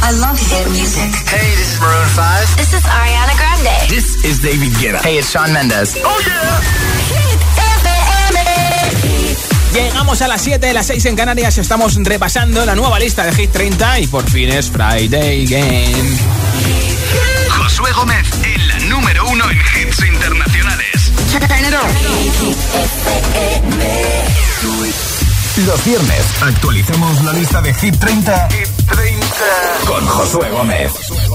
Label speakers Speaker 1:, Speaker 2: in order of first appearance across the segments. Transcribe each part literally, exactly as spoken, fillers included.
Speaker 1: I love hit music.
Speaker 2: Hey, this is Maroon five.
Speaker 1: This is Ariana Grande.
Speaker 2: This is David Guetta. Hey, it's Shawn Mendes.
Speaker 1: Oh yeah. Hit F M.
Speaker 3: Llegamos a las siete, las seis en Canarias. Estamos repasando la nueva lista de Hit treinta y por fin es Friday again.
Speaker 4: Josué Gómez en la número uno en hits internacionales.
Speaker 2: Los viernes actualizamos la lista de Hit treinta, Hit treinta con Josué Gómez.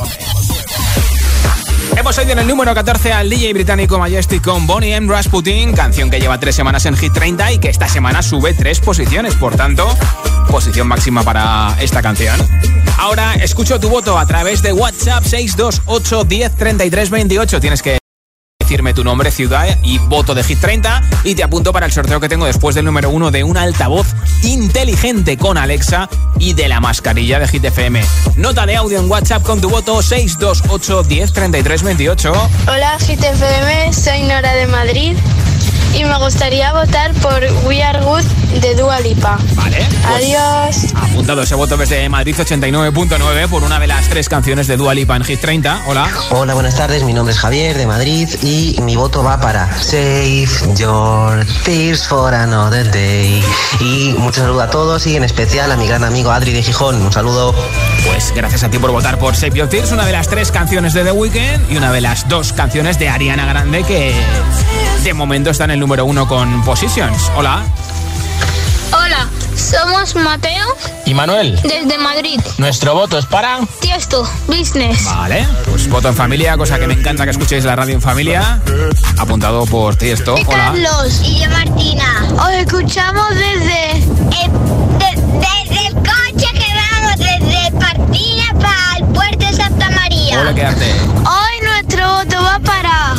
Speaker 3: Hemos oído en el número catorce al D J británico Majestic con Bonnie M. Rasputin, canción que lleva tres semanas en Hit treinta y que esta semana sube tres posiciones, por tanto, posición máxima para esta canción. Ahora escucho tu voto a través de WhatsApp seis dos ocho, diez, treinta y tres, veintiocho. Tienes que decirme tu nombre, ciudad y voto de Hit treinta y te apunto para el sorteo que tengo después del número uno de un altavoz inteligente con Alexa y de la mascarilla de Hit F M. Nota de audio en WhatsApp con tu voto seis dos ocho, diez, treinta y tres, veintiocho.
Speaker 5: Hola Hit F M, soy Nora de Madrid y me gustaría votar por We Are Good de Dua Lipa.
Speaker 3: Vale. Pues
Speaker 5: adiós.
Speaker 3: Apuntado ese voto desde Madrid ochenta y nueve punto nueve por una de las tres canciones de Dua Lipa en Hit treinta. Hola.
Speaker 6: Hola, buenas tardes. Mi nombre es Javier de Madrid y mi voto va para Save Your Tears for Another Day. Y mucho saludo a todos y en especial a mi gran amigo Adri de Gijón. Un saludo.
Speaker 3: Pues gracias a ti por votar por Save Your Tears, una de las tres canciones de The Weeknd y una de las dos canciones de Ariana Grande que de momento está en el número uno con Positions. Hola.
Speaker 5: Hola, somos Mateo
Speaker 3: y Manuel
Speaker 5: desde Madrid.
Speaker 3: Nuestro voto es para
Speaker 5: Tiesto, Business.
Speaker 3: Vale, pues voto en familia, cosa que me encanta que escuchéis la radio en familia. Apuntado por Tiesto.
Speaker 5: Y
Speaker 3: Hola.
Speaker 5: Carlos y yo Martina. Os escuchamos desde
Speaker 7: eh, de, desde el coche que vamos desde Partida para el puerto de Santa María.
Speaker 3: Hola, quédate.
Speaker 5: Hoy nuestro voto va para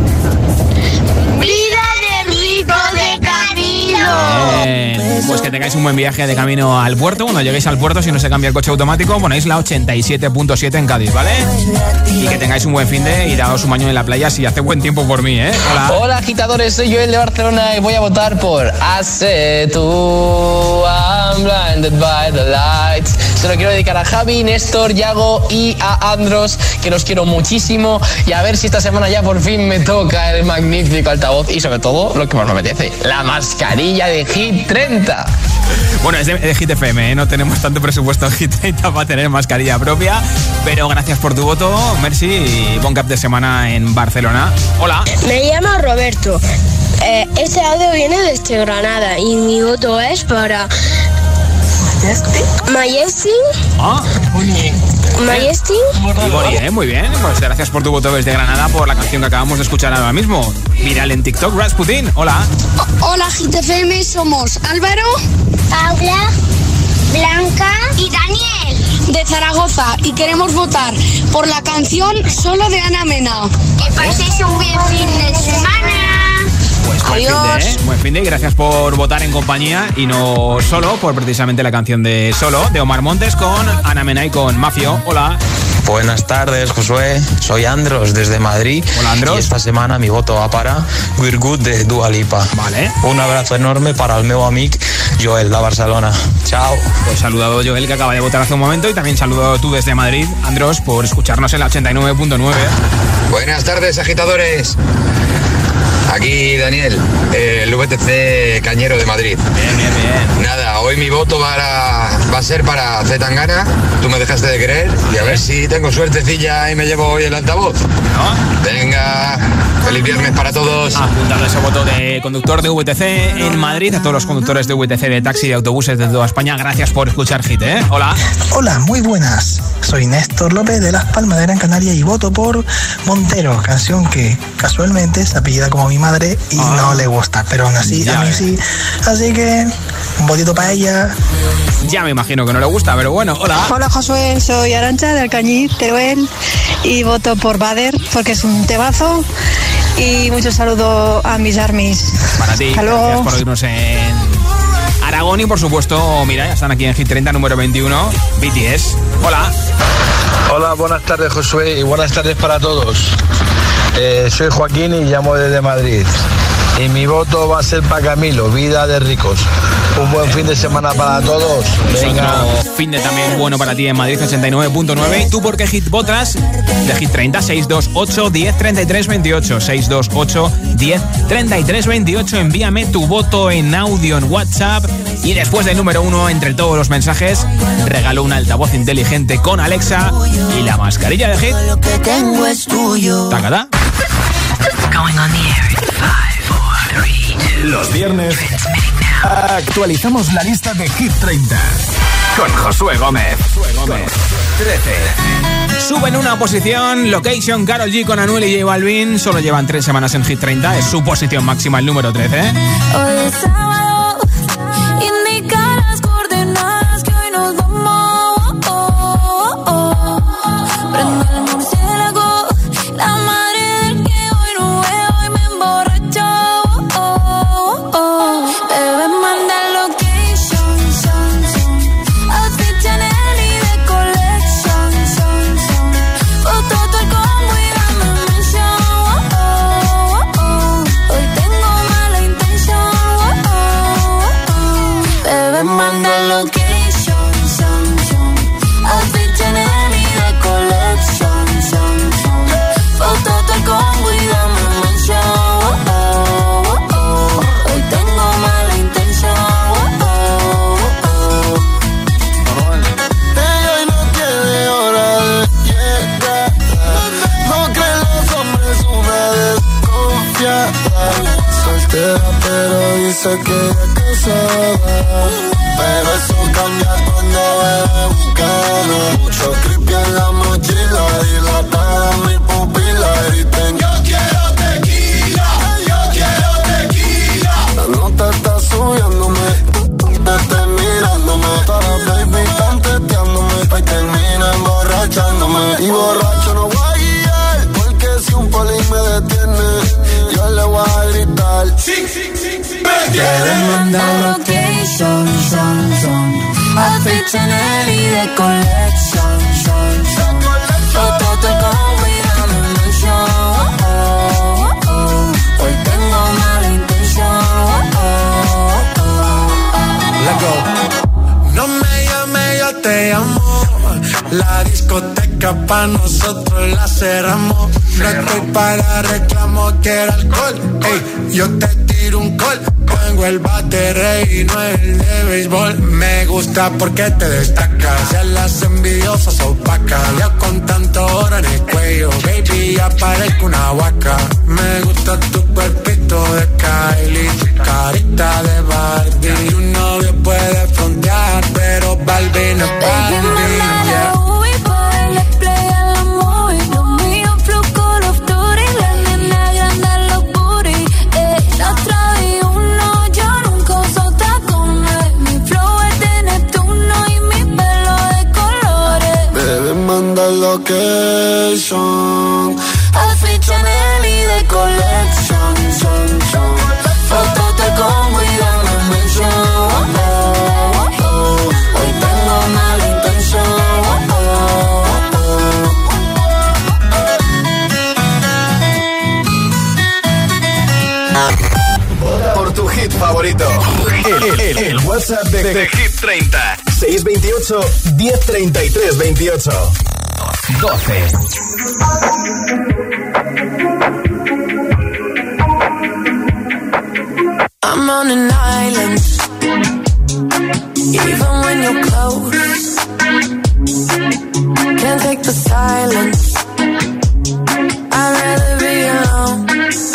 Speaker 5: Vida de Rico de Camino.
Speaker 3: Bien. Pues que tengáis un buen viaje de camino al puerto. Cuando lleguéis al puerto, si no se cambia el coche automático, ponéis la ochenta y siete punto siete en Cádiz, ¿vale? Y que tengáis un buen fin de y daos un baño en la playa si hace buen tiempo por mí, ¿eh? Hola.
Speaker 8: Hola, agitadores, soy Joel de Barcelona y voy a votar por Hace tú, I'm blinded by the lights. Se lo quiero dedicar a Javi, Néstor, Yago y a Andros, que los quiero muchísimo. Y a ver si esta semana ya por fin me toca el magnífico altavoz y sobre todo, lo que más me apetece, la mascarilla de Hit treinta.
Speaker 3: Bueno, es de, de Hit F M, ¿eh? No tenemos tanto presupuesto en Hit treinta para tener mascarilla propia, pero gracias por tu voto, merci, y bon cap de semana en Barcelona. Hola.
Speaker 5: Me llamo Roberto. Eh, este audio viene desde Granada y mi voto es para Majestic.
Speaker 3: Ah,
Speaker 5: Majestic.
Speaker 3: y Bonnie, ¿eh? Muy bien. Pues gracias por tu voto desde Granada por la canción que acabamos de escuchar ahora mismo. Viral en TikTok, Rasputin. Hola.
Speaker 5: O- hola Hit F M, somos Álvaro,
Speaker 7: Paula, Blanca y Daniel.
Speaker 5: de Zaragoza y queremos votar por la canción Solo de Ana Mena.
Speaker 7: Que paséis un buen fin de semana.
Speaker 3: Pues buen
Speaker 5: Adiós.
Speaker 3: fin de, ¿eh? Buen fin de y gracias por votar en compañía y no solo por precisamente la canción de Solo de Omar Montes con Ana Mena y con Mafio. Hola.
Speaker 9: Buenas tardes, Josué. Soy Andros desde Madrid.
Speaker 3: Hola, Andros.
Speaker 9: Y esta semana mi voto va para We're Good de Dua Lipa.
Speaker 3: Vale.
Speaker 9: Un abrazo enorme para el meu amic Joel de Barcelona. Chao.
Speaker 3: Pues saludado Joel, que acaba de votar hace un momento, y también saludo tú desde Madrid, Andros, por escucharnos en la ochenta y nueve punto nueve.
Speaker 10: Buenas tardes, agitadores. Aquí Daniel, el V T C Cañero de Madrid.
Speaker 3: Bien, bien, bien.
Speaker 10: Nada, hoy mi voto para, va a ser para Z Tangana. Tú me dejaste de querer y a ver si tengo suertecilla y me llevo hoy el altavoz.
Speaker 3: ¿No?
Speaker 10: Venga, feliz viernes para todos.
Speaker 3: Apuntado ese voto de conductor de V T C en Madrid. A todos los conductores de V T C, de taxi y de autobuses de toda España, gracias por escuchar Hit, ¿eh? Hola.
Speaker 11: Hola, muy buenas. Soy Néstor López de Las Palmas de Gran Canaria y voto por Montero, canción que casualmente se apellida como mi madre y ah, no le gusta, pero aún así a mí ves. sí. Así que un votito para ella.
Speaker 3: Ya me imagino que no le gusta, pero bueno, hola.
Speaker 12: Hola Josué, soy Arantxa de Alcañiz, Teruel, y voto por Bader porque es un temazo. Y mucho saludo a mis armies.
Speaker 3: Para ti,
Speaker 12: hasta luego.
Speaker 3: Gracias por oírnos en Aragón y por supuesto, mira, ya están aquí en Hit treinta número veintiuno, B T S. Hola.
Speaker 13: Hola, buenas tardes Josué y buenas tardes para todos. Eh, soy Joaquín y llamo desde Madrid. Y mi voto va a ser para Camilo, Vida de Ricos. Un buen fin de semana para todos. Venga.
Speaker 3: Otro fin de también bueno para ti en Madrid ochenta y nueve punto nueve. ¿Y tú por qué hit votas? De Hit treinta, seis dos ocho, diez, treinta y tres, veintiocho. seis dos ocho, diez, treinta y tres, veintiocho. Envíame tu voto en audio en WhatsApp. Y después del número uno, entre todos los mensajes, regalo un altavoz inteligente con Alexa y la mascarilla de Hit.
Speaker 14: Lo que tengo es tuyo.
Speaker 3: ¿Tacada?
Speaker 1: Going on the air in five, four, three, two.
Speaker 2: Los viernes actualizamos la lista de Hit treinta con Josué Gómez. Josué Gómez. trece.
Speaker 3: Suben una posición. Location, Karol G con Anuel y J Balvin. Solo llevan tres semanas en Hit treinta. Es su posición máxima, el número trece.
Speaker 14: Hoy es sábado, indica las coordenadas que hoy nos vamos. Oh, oh, oh. Prendo el murciélago, la madre del que hoy no veo y me emborracho. Oh, oh, oh. Bebé, manda location, son, son. Outfit Chanel y de collection, son, son. Foto todo el combo y dame mention. Oh, oh, oh. Hoy tengo mala intención. Oh, oh, oh. Bebé, manda location, son, son. Outfit Chanel y de collection, son, son. Foto todo el combo y dame mention. Oh, oh, oh. Hoy tengo mala intención. Oh, oh, oh.
Speaker 15: Ella hoy no tiene hora de llegar. No creen los hombres una desconfiada. Soltera pero dice que es casada. Pero eso cambia cuando bebe buscada. Mucho creepy en la mochila, dilatada mi pupila. Griten, yo quiero tequila, yo quiero tequila. La nota está subiéndome, te estoy mirándome. Todas baby están teteándome, pa' y termina emborrachándome. Y borracho no voy a guiar, porque si un poli me detiene, yo le voy a gritar. Sí, sí, sí, sí, me
Speaker 14: Quieren mandar location, son, son. Outfit Chanel y de collection, son, son. Foto te combo y dame mention. Oh, oh, oh. Hoy tengo mala intención. Oh, oh, oh.
Speaker 15: Let go. No me llame, yo te llamo. La discoteca pa' nosotros la cerramos. No estoy para reclamo, quiero alcohol. Ey, yo te tiro un call. Tengo el bate rey y no el de béisbol. Me gusta porque te destacas. Ya las envidiosas opacas. Yo con tanto oro en el cuello, baby, ya parezco una huaca. Me gusta tu cuerpito de Kylie, tu carita de Barbie. Tu novio puede frontear, pero Barbie no es Barbie. Yeah.
Speaker 14: Location, outfit Chanel y de collection, son, son. Foto te combo y dame mention. Oh, oh, oh. Hoy tengo mala intención. Oh,
Speaker 2: oh, oh. Por tu hit favorito, el, el, el WhatsApp de, de Hit treinta, seis veintiocho, diez treinta y tres, veintiocho. doce.
Speaker 14: I'm on an island, even when you're close. Can't take the silence. I'd rather be alone.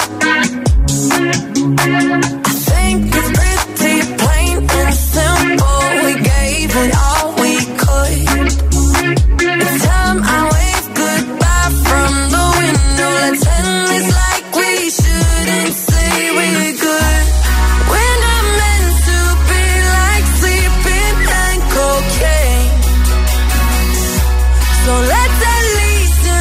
Speaker 14: I think it's pretty plain and simple. We gave it all we could. It's time I wave goodbye from the window. Let's end this like we shouldn't say we're good. We're not meant to be like sleeping and cocaine. So let's at least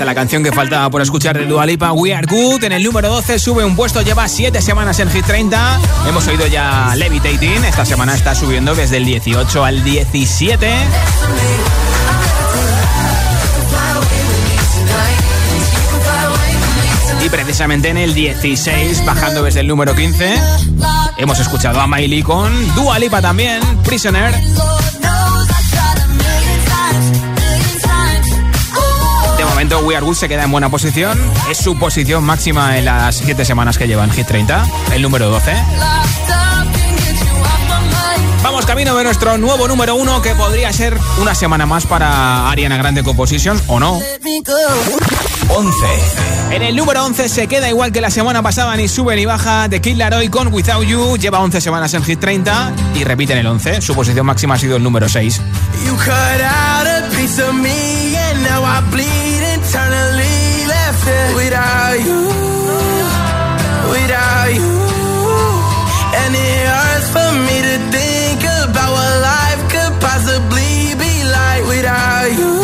Speaker 3: la canción que faltaba por escuchar de Dua Lipa, We Are Good. En el número doce sube un puesto, lleva siete semanas en Hit treinta. Hemos oído ya Levitating. Esta semana está subiendo desde el dieciocho al diecisiete. Y precisamente en el dieciséis, bajando desde el número quince, hemos escuchado a Miley con Dua Lipa también, Prisoner. De momento We Are Good se queda en buena posición. Es su posición máxima en las siete semanas que lleva en Hit treinta, el número doce. Vamos camino de nuestro nuevo número uno, que podría ser una semana más para Ariana Grande Compositions, ¿o no? once. En el número once se queda igual que la semana pasada, ni sube ni baja. The Kid Laroi con Without You. Lleva once semanas en Hit treinta y repite en el once. Su posición máxima ha sido el número seis.
Speaker 15: You cut out a piece of me and now I bleed internally, left it without you, without you. And it hurts for me to think about what life could possibly be like without you,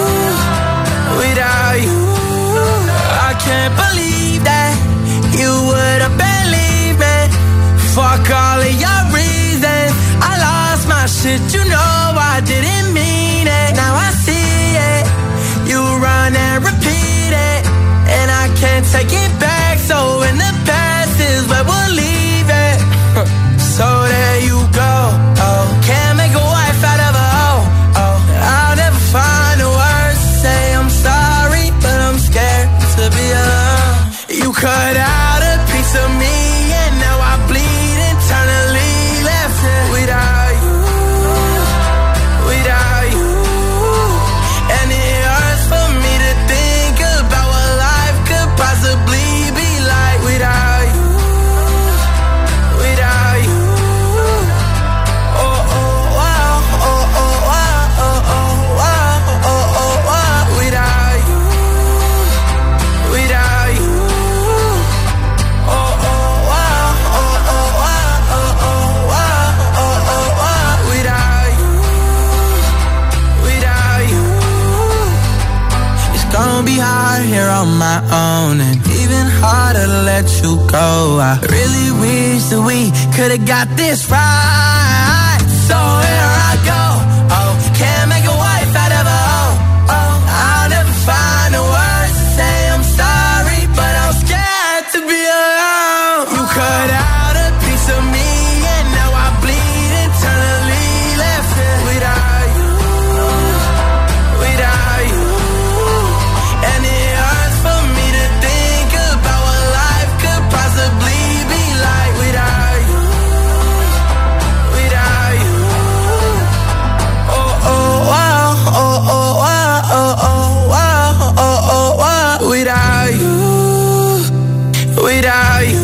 Speaker 15: without you. I can't believe that you would have believed me. Fuck all of your reasons. I lost my shit, you know I didn't mean it. Now I see it. You run and repeat it, and I can't take it back. So in the past is where we'll leave it. So there you go. Oh, can't make a wife out of a hoe. Oh, I'll never find the words to say I'm sorry, but I'm scared to be alone. You cut out a piece of me and now I bleed internally, left it without you, without you. And it hurts for me to think about what life could possibly be like without you, without you. Oh, oh, wow, oh, oh, wow, oh, oh, wow, oh, oh, wow, without you, without you. Oh, oh, wow, oh, oh, wow, oh, oh, wow, oh, oh, wow, without you, without you. It's gonna be hard here on my own, and even harder to let you go. I really wish that we could've got this right. So here I go. Oh, can't make a wife out of a hoe. Oh, I'll never find the words to say I'm sorry, but I'm scared to be alone. You cut out a piece of me and now I bleed internally, left it without you, without you. And it hurts for me to think about what life could possibly be like without you, without you. Oh, oh, wow, oh, oh, wow, oh, oh, wow, oh, oh, wow, without you, without you.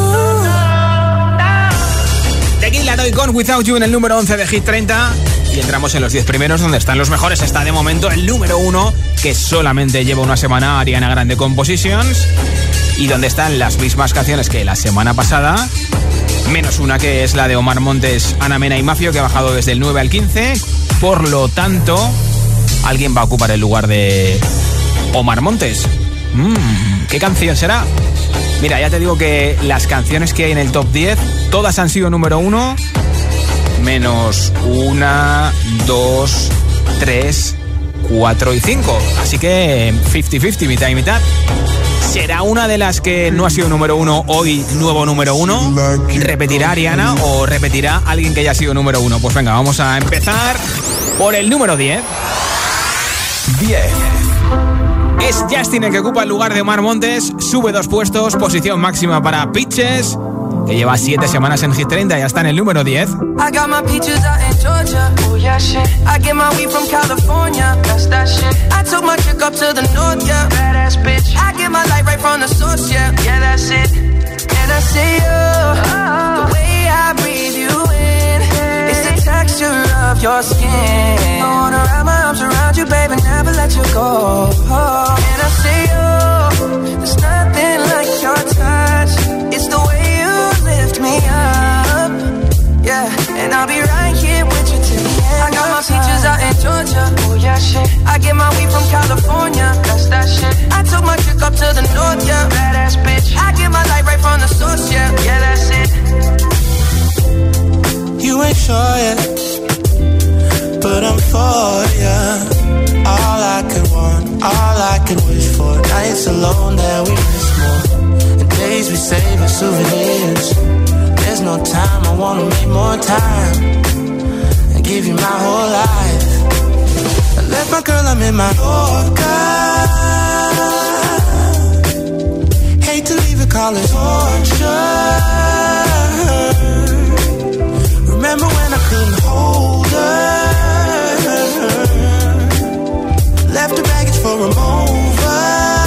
Speaker 3: The Kid Laroi con Without You en el número once de Hit treinta. Y entramos en los diez primeros, donde están los mejores. Está de momento el número uno, que solamente lleva una semana, Ariana Grande Compositions. Y donde están las mismas canciones que la semana pasada, menos una, que es la de Omar Montes, Ana Mena y Mafio, que ha bajado desde el nueve al quince. Por lo tanto, alguien va a ocupar el lugar de Omar Montes. Mm, ¿Qué canción será? Mira, ya te digo que las canciones que hay en el top diez, todas han sido número uno, menos una, dos, tres, cuatro y cinco. Así que cincuenta cincuenta, mitad y mitad. ¿Será una de las que no ha sido número uno hoy, nuevo número uno? ¿Repetirá Ariana o repetirá alguien que ya ha sido número uno? Pues venga, vamos a empezar por el número diez.
Speaker 2: diez.
Speaker 3: Es Justin el que ocupa el lugar de Omar Montes. Sube dos puestos, posición máxima para Peaches, que lleva siete semanas en Hit treinta y ya está en el número diez.
Speaker 16: I got my peaches out in Georgia, oh yeah shit. I get my weed from California, that's that shit. I took my chick up to the north, yeah, badass bitch. I get my light right from the source, yeah, yeah that's it. And I see you, oh, the way I breathe you in, it's the texture of your skin. I wanna wrap my arms around you, baby, never let you go. Oh, and I see you, there's nothing like your touch. It's the way you lift me up, yeah. And I'll be right here with you till the end. I got my peaches out in Georgia, oh yeah shit. I get my weed from California, that's that shit. the north, yeah. Badass bitch. I get my light right from the source, yeah. Yeah, that's it.
Speaker 15: You ain't sure yet, but I'm for ya. All I could want, all I could wish for. Nights alone that we miss more, and days we save as souvenirs. There's no time, I wanna make more time and give you my whole life. I left my girl, I'm in my Yorker. Hate to leave it, call it torture. Remember when I couldn't hold her? Left the baggage for a mover.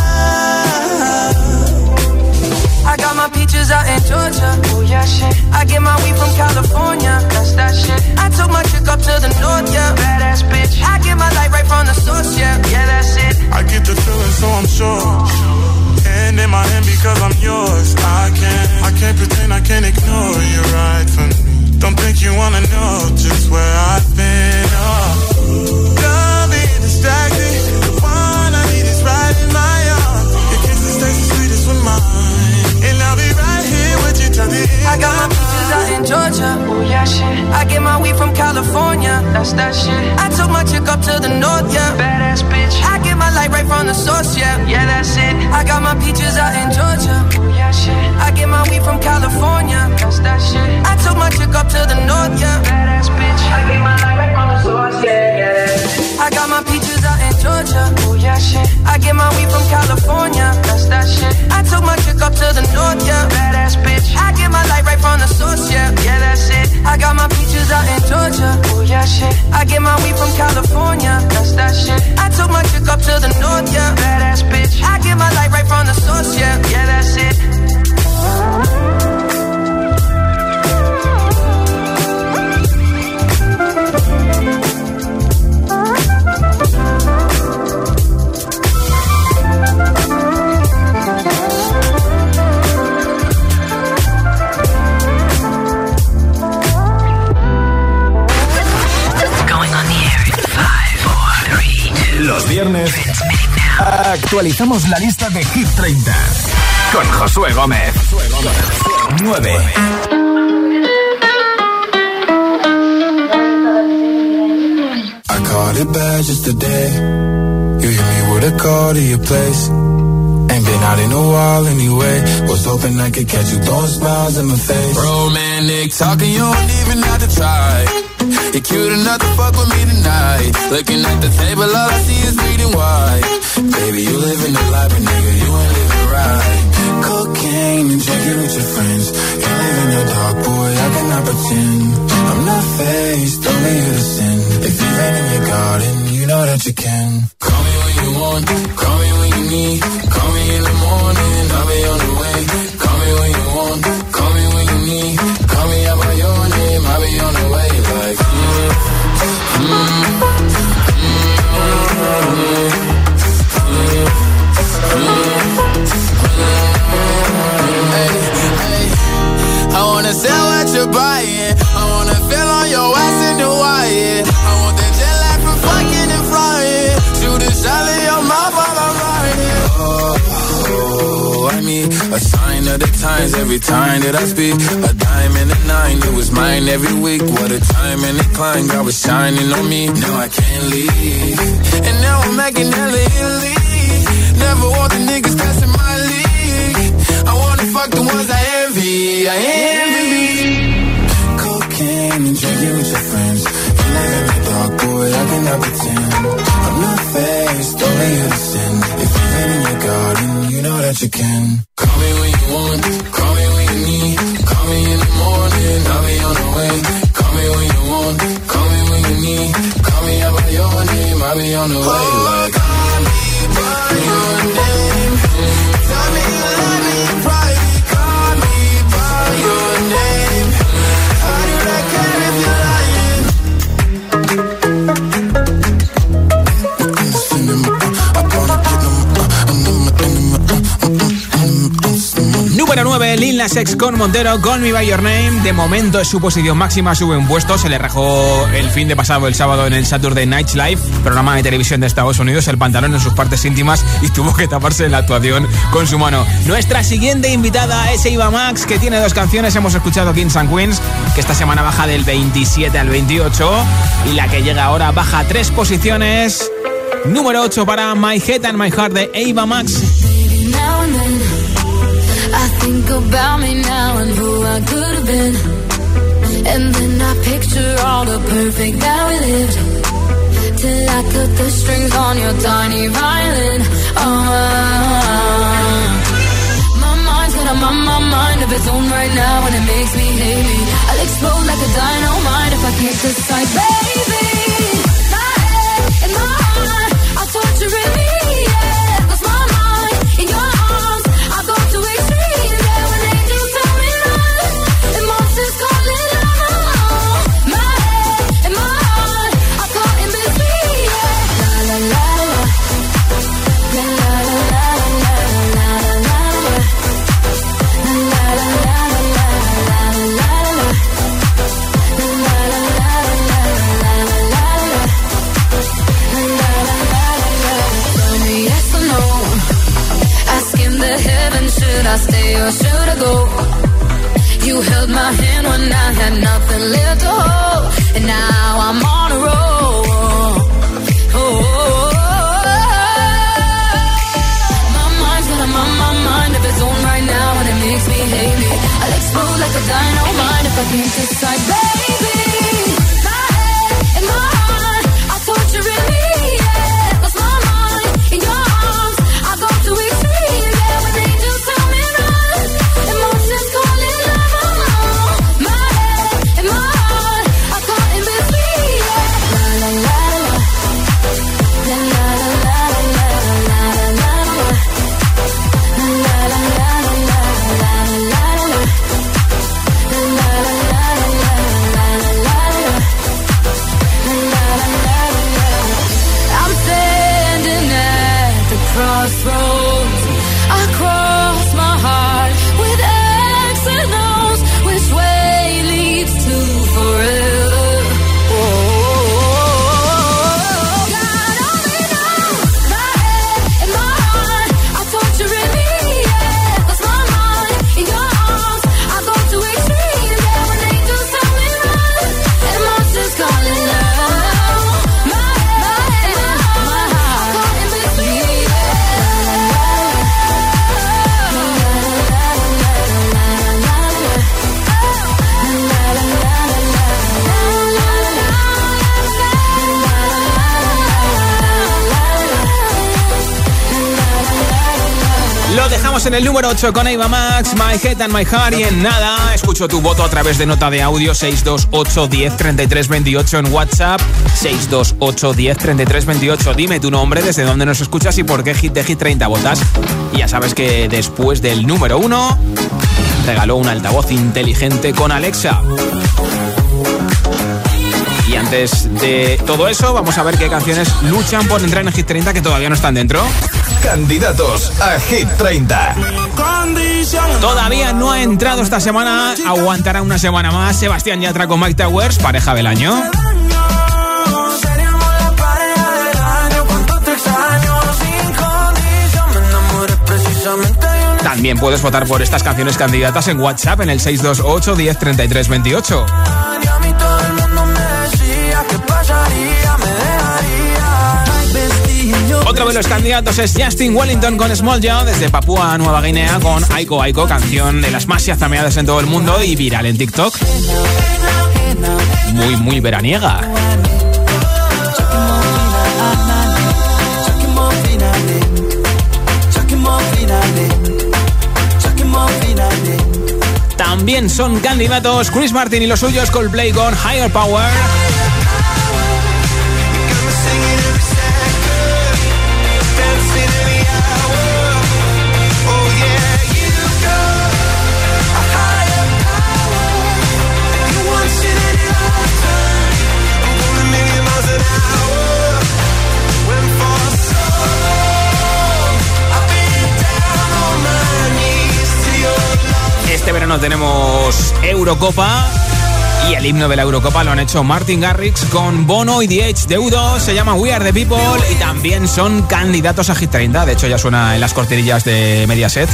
Speaker 16: I got my peaches out in Georgia. Oh yeah, shit. I get my weed from California. That's that shit. I took my chick up to the north, yeah. Badass bitch. I get my light right from the source, yeah. Yeah, that's it.
Speaker 15: I get the feeling, so I'm sure. And in my hand because I'm yours. I can't, I can't pretend, I can't ignore you right from me. Don't think you wanna know just where I've been. Oh. Don't be distracted. The one I need is right in my arms. Your kisses taste the sweetest with mine. And I'll be right here with you till the end.
Speaker 16: I got my peaches out in Georgia. Oh yeah, shit. I get my weed from California. That's that shit. I took my chick up to the north, yeah. Badass bitch. I get my light right from the source, yeah. Yeah, that's it. I got my peaches out in Georgia. Oh yeah, shit. I get my weed from California. That's that shit. I took my chick up to the north, yeah. Badass bitch. I get my light right from the source, yeah. Yeah, that's it. I got my peaches out in Georgia. Oh yeah, shit. I get my weed from California. That's that shit. I took my chick up to the north, yeah. Badass bitch. I get my light right from the source, yeah. Yeah, that's it. I got my peaches out in Georgia. Oh yeah, shit. I get my weed from California. That's that shit. I took my chick up to the north, yeah. Badass bitch. I get my light right from the source, yeah. Yeah, that's it.
Speaker 2: Los viernes actualizamos la lista de Hit treinta con Josué Gómez. nueve.
Speaker 15: I caught it bad just today. You hit me with a call to your place. Ain't been out in a while anyway. Was hoping I could catch you throwing smiles in my face.
Speaker 17: Romantic talking, you don't even have to try. You're cute enough to fuck with me tonight. Looking at the table, all I see is bleeding white.
Speaker 15: Baby, you living the life, but nigga, you ain't living right. Cocaine and drinking with your friends. You live in the dark, boy, I cannot pretend. I'm not faced, only you to sin. If you rain in your garden, you know that you can.
Speaker 17: Call me when you want, call me when you need. Call me in the morning, I'll be on the way. Call me when you want, call me when you need. Call me out by your name, I'll be on the way. Like, mm, mm, I wanna sell what you're buying. I wanna feel on your ass in Hawaii. I want that jet lag from fucking and flying. Shoot a shot in your mouth while I'm riding. Oh, oh, I need a sign of the times every time that I speak. A dime and a nine, it was mine every week. What a time and a climb, God was shining on me. Now I can't leave, and now I'm making hella Italy. Never want the niggas passing my league. I wanna fuck the ones I envy, I envy.
Speaker 15: Cocaine and drinking with your friends. You live in the dark, boy, I cannot pretend. I'm not faced, only you to sin. If you've been in your garden, you know that you can.
Speaker 17: Call me when you want, call me when you need. Call me in the morning, I'll be on the way. Call me when you want, call me when you need. Call me out by your name, I'll be on the way. Like, call me by your name. Tell me you love me in private. Call me by your name. How do I care if you're lying?
Speaker 3: Número nueve, Lil Nas Essex con Montero, Call Me By Your Name. De momento es su posición máxima, sube un puesto. Se le rajó el fin de pasado, el sábado, en el Saturday Night Live, programa de televisión de Estados Unidos, el pantalón en sus partes íntimas y tuvo que taparse en la actuación con su mano. Nuestra siguiente invitada es Eva Max, que tiene dos canciones. Hemos escuchado Kings and Queens, que esta semana baja del veintisiete al veintiocho, y la que llega ahora baja tres posiciones. Número ocho para My Head and My Heart de Eva Max.
Speaker 14: I think about me now and who I could have been. And then I picture all the perfect that we lived. Till I cut the strings on your tiny violin. Oh, my mind's got a my, my mind of its own right now, and it makes me hate me. I'll explode like a dynamite if I can't decide, baby. My head and my heart are torturing me, yeah. 'Cause my mind in your arms, I go to extreme. Should I stay or should I go? You held my hand when I had nothing left to hold, and now I'm on a roll. Oh, my mind's got a my, my mind of its own right now, and it makes me hate me. I'll explode like a dynamite if I can't decide, baby. My head and my heart are torturing me, yeah. 'Cause my mind in your arms, I go to extreme, yeah. When they just tell me run, emotions calling love. My head and my heart are caught in between, yeah. La la la la, la la la la la la la la, la la la la la la la, la la la la la. I'm standing at the crossroads. I cross my heart with X and O's. Which way leads to forever? Oh, God only knows. My head and my heart are torturing me, yeah. 'Cause my mind in your arms, I go to extreme, yeah. When they just tell me run, and monsters calling love. My head, my head, my heart, caught in between, yeah.
Speaker 3: Lo dejamos en el número ocho con Eva Max, My Head and My Heart, y en nada escucho tu voto a través de nota de audio seis dos ocho, diez, treinta y tres, veintiocho en WhatsApp, seis dos ocho, diez, treinta y tres, veintiocho. Dime tu nombre, desde dónde nos escuchas y por qué hit de Hit treinta votas. Y ya sabes que después del número uno regaló un altavoz inteligente con Alexa. Y antes de todo eso, vamos a ver qué canciones luchan por entrar en el Hit treinta que todavía no están dentro.
Speaker 2: Candidatos a Hit treinta.
Speaker 3: Todavía no ha entrado esta semana, aguantará una semana más. Sebastián Yatra con Mike Towers, pareja del año. También puedes votar por estas canciones candidatas en WhatsApp en el seis dos ocho, diez, treinta y tres, veintiocho. Otro de los candidatos es Justin Wellington con Small Joe desde Papúa Nueva Guinea con Aiko Aiko, canción de las más chazameadas en todo el mundo y viral en TikTok. Muy, muy veraniega. También son candidatos Chris Martin y los suyos Coldplay con Higher Power. Este verano semana tenemos Eurocopa. Y el himno de la Eurocopa lo han hecho Martin Garrix con Bono y The Edge de U dos. Se llama We Are The People y también son candidatos a Hit treinta. De hecho ya suena en las cortinillas de Mediaset.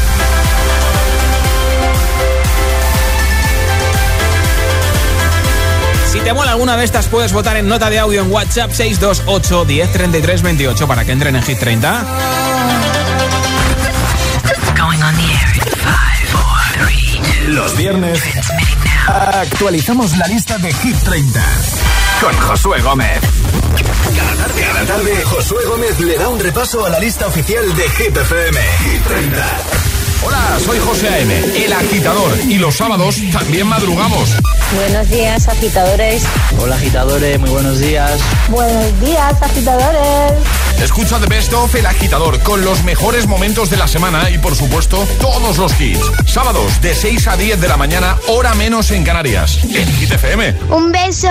Speaker 3: Si te mola alguna de estas, puedes votar en nota de audio en WhatsApp seis dos ocho, diez, treinta y tres, veintiocho para que entren en Hit treinta.
Speaker 1: Going on the air in five, four, three, two.
Speaker 2: Los viernes actualizamos la lista de Hit treinta con Josué Gómez. Cada tarde, cada tarde, Josué Gómez le da un repaso a la lista oficial de Hit F M. Hit treinta.
Speaker 18: Hola, soy José A M, el agitador, y los sábados también madrugamos.
Speaker 19: Buenos días, agitadores.
Speaker 20: Hola, agitadores, muy buenos días.
Speaker 19: Buenos días, agitadores.
Speaker 18: Escucha The Best of El Agitador con los mejores momentos de la semana y, por supuesto, todos los hits. Sábados de seis a diez de la mañana, hora menos en Canarias, en Hit F M.
Speaker 7: Un beso.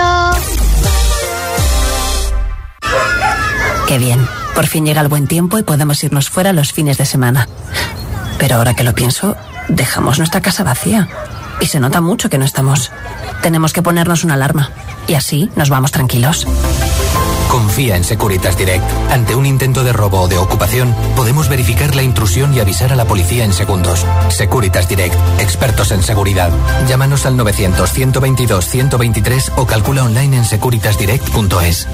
Speaker 21: Qué bien, por fin llega el buen tiempo y podemos irnos fuera los fines de semana. Pero ahora que lo pienso, dejamos nuestra casa vacía. Y se nota mucho que no estamos. Tenemos que ponernos una alarma. Y así nos vamos tranquilos.
Speaker 22: Confía en Securitas Direct. Ante un intento de robo o de ocupación, podemos verificar la intrusión y avisar a la policía en segundos. Securitas Direct. Expertos en seguridad. Llámanos al novecientos, ciento veintidós, ciento veintitrés o calcula online en securitas direct punto es.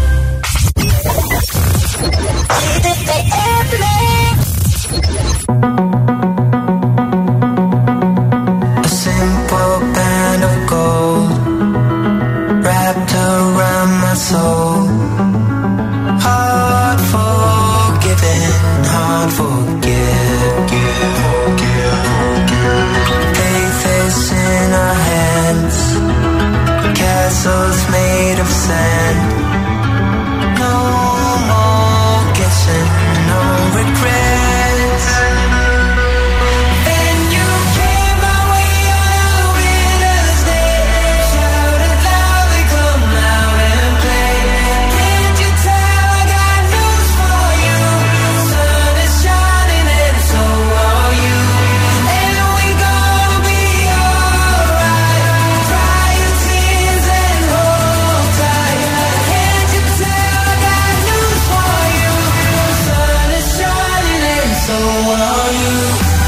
Speaker 16: soul. Hard forgiven, hard forget. Faith is in our hands. Castles made of sand. No more guessing, no regrets. And you came my way on a winter's day. Shouted loudly, come out and play. Can't you tell I got news for you? Sun is shining and so are you. And we gonna be alright. Dry your tears and hold tight. Can't you tell I got news for you? Sun is shining and so are you.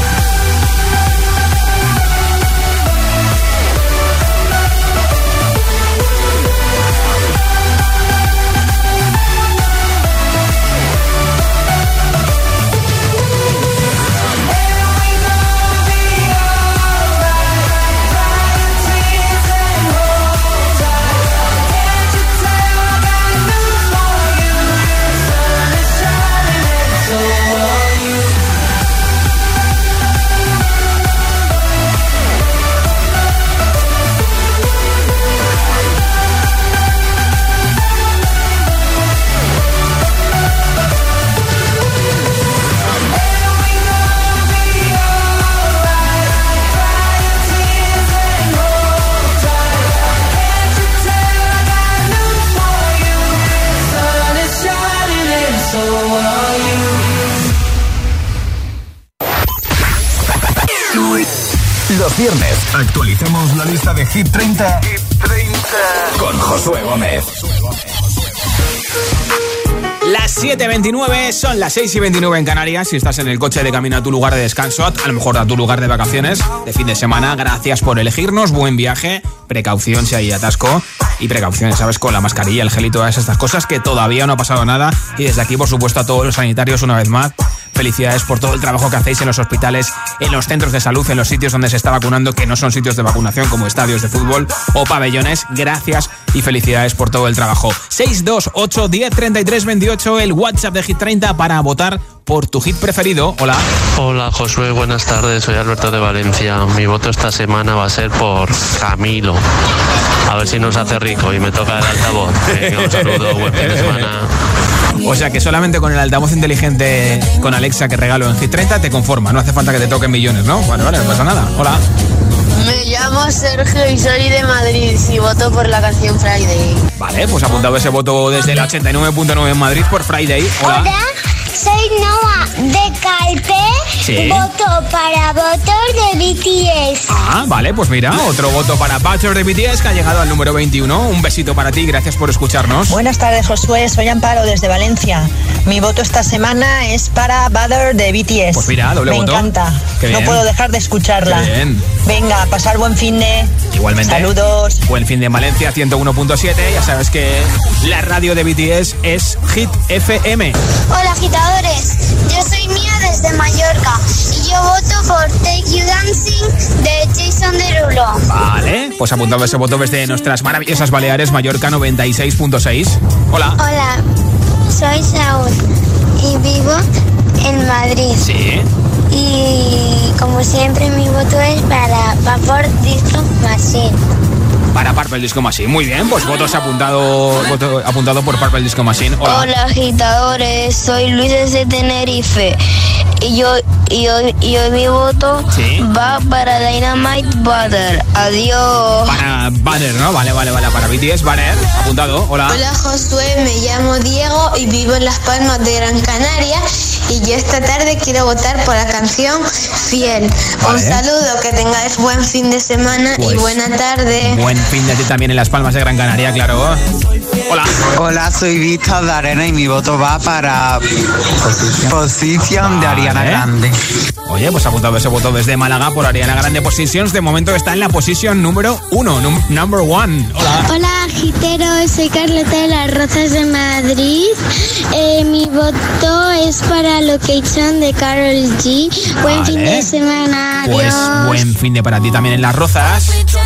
Speaker 2: Los viernes actualizamos la lista de Hit treinta, Hit treinta con Josué Gómez.
Speaker 3: Las siete veintinueve, son las seis y veintinueve en Canarias. Si estás en el coche de camino a tu lugar de descanso, a lo mejor a tu lugar de vacaciones, de fin de semana, gracias por elegirnos, buen viaje, precaución si hay atasco y precaución, ¿sabes? Con la mascarilla, el gel y todas estas cosas, que todavía no ha pasado nada. Y desde aquí, por supuesto, a todos los sanitarios, una vez más, felicidades por todo el trabajo que hacéis en los hospitales, en los centros de salud, en los sitios donde se está vacunando, que no son sitios de vacunación como estadios de fútbol o pabellones. Gracias y felicidades por todo el trabajo. seis dos ocho, diez, treinta y tres, veintiocho, el WhatsApp de Hit treinta para votar por tu hit preferido. Hola.
Speaker 23: Hola Josué, buenas tardes, soy Alberto de Valencia. Mi voto esta semana va a ser por Camilo. A ver si nos hace rico y me toca el altavoz. Venga, un saludo, buen fin de semana.
Speaker 3: O sea que solamente con el altavoz inteligente con Alexa que regalo en Hit treinta te conforma, no hace falta que te toquen millones, ¿no? Vale, vale, no pasa nada. Hola.
Speaker 5: Me llamo Sergio y soy de Madrid y voto por la canción Friday.
Speaker 3: Vale, pues apuntado ese voto desde el ochenta y nueve punto nueve en Madrid por Friday. Hola.
Speaker 7: Hola, soy Noah de Calpe.
Speaker 3: Sí.
Speaker 7: Voto para Butter de B T S.
Speaker 3: Ah, vale, pues mira, otro voto para Butter de B T S que ha llegado al número veintiuno. Un besito para ti, gracias por escucharnos.
Speaker 4: Buenas tardes, Josué, soy Amparo desde Valencia. Mi voto esta semana es para Butter de B T S.
Speaker 3: Pues mira, doble
Speaker 4: Me
Speaker 3: voto.
Speaker 4: Me encanta,
Speaker 3: Qué
Speaker 4: no
Speaker 3: bien.
Speaker 4: puedo dejar de escucharla.
Speaker 3: Qué bien.
Speaker 4: Venga, pasar buen fin de...
Speaker 3: Igualmente.
Speaker 4: Saludos.
Speaker 3: Buen fin de en Valencia, ciento uno punto siete. Ya sabes que la radio de B T S es Hit F M.
Speaker 7: Hola, agitadores. Yo soy Mía desde Mallorca y yo voto por Take You Dancing de Jason Derulo.
Speaker 3: Vale, pues apuntado ese voto desde nuestras maravillosas Baleares, Mallorca noventa y seis punto seis. Hola.
Speaker 7: Hola, soy Saúl y vivo en Madrid.
Speaker 3: Sí.
Speaker 7: Y como siempre mi voto es para Vapor Disco Machine.
Speaker 3: Para Purple Disco Machine. Muy bien, pues votos apuntado, voto apuntado por Purple Disco Machine. Hola.
Speaker 6: Hola, agitadores, soy Luis desde Tenerife. Y yo, y hoy, y hoy mi voto
Speaker 3: ¿Sí?
Speaker 6: va para Dynamite Butter. Adiós.
Speaker 3: Para Banner, ¿no? Vale, vale, vale. Para B T S, Banner. Apuntado. Hola.
Speaker 8: Hola, Josué, me llamo Diego y vivo en Las Palmas de Gran Canaria. Y yo esta tarde quiero votar por la canción Fiel.
Speaker 3: Vale.
Speaker 8: Un saludo, que tengáis buen fin de semana
Speaker 3: Pues,
Speaker 8: y buena tarde.
Speaker 3: Buen fin de ti también en Las Palmas de Gran Canaria, claro. Hola.
Speaker 24: Hola, soy Víctor de Arena y mi voto va para Posición de Ariana
Speaker 3: Vale.
Speaker 24: Grande.
Speaker 3: Oye, pues apuntado ese voto desde Málaga por Ariana Grande Positions. De momento está en la posición número uno, num- number one. Hola.
Speaker 7: Hola, agiteros, soy Carlota de las Rozas de Madrid. Eh, mi voto es para Location de Karol G. Buen
Speaker 3: Vale.
Speaker 7: fin de semana, adiós.
Speaker 3: Pues buen fin de para ti también en Las Rozas.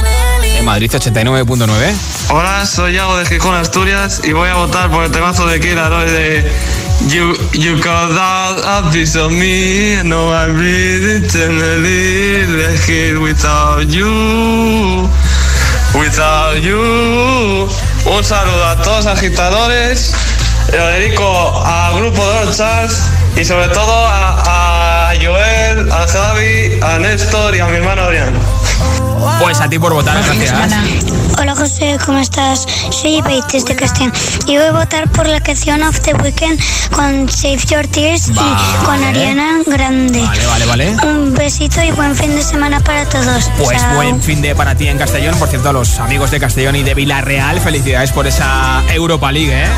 Speaker 3: De Madrid ochenta y nueve punto nueve.
Speaker 25: Hola, soy Iago de Gijón, Asturias, y voy a votar por el temazo de Kid Laroi de You, you called out a piece of me, no I breathe eternally, the hit without you, without you. Un saludo a todos agitadores, lo dedico al grupo de los Charles y sobre todo a, a Joel, a Javi, a Néstor y a mi hermano Orián.
Speaker 3: Pues a ti por votar, gracias.
Speaker 7: Hola José, ¿cómo estás? Soy Ibeit desde Castellón y voy a votar por la canción Of the Weekend con Save Your Tears
Speaker 3: Vale.
Speaker 7: y con Ariana Grande.
Speaker 3: Vale, vale, vale.
Speaker 7: Un besito y buen fin de semana para todos.
Speaker 3: Pues
Speaker 7: Chao.
Speaker 3: buen fin de para ti en Castellón. Por cierto, a los amigos de Castellón y de Villarreal, felicidades por esa Europa League, ¿eh?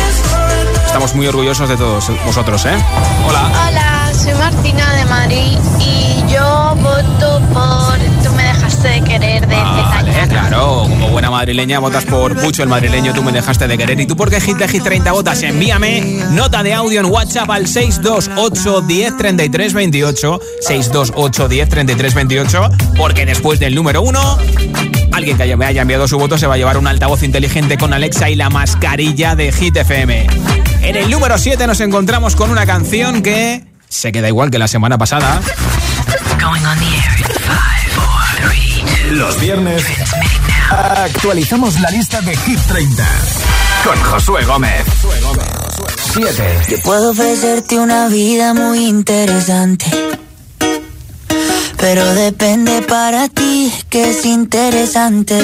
Speaker 3: Estamos muy orgullosos de todos vosotros, ¿eh? Hola.
Speaker 26: Hola, soy Martina de Madrid y yo voto por Tú me dejaste de querer de
Speaker 3: Vale, claro, como buena madrileña votas por Pucho el madrileño, Tú me dejaste de querer. ¿Y tú por qué Hit de Hit treinta votas? Envíame nota de audio en WhatsApp al seis dos ocho, diez, treinta y tres, veintiocho, seis dos ocho, diez, treinta y tres, veintiocho, porque después del número uno, alguien que me haya enviado su voto se va a llevar un altavoz inteligente con Alexa y la mascarilla de Hit F M. En el número siete nos encontramos con una canción que se queda igual que la semana pasada.
Speaker 1: Going on the air in five, four, three, two.
Speaker 2: Los viernes actualizamos la lista de Hit treinta con Josué Gómez. siete.
Speaker 27: Yo puedo ofrecerte una vida muy interesante, pero depende para ti que es interesante.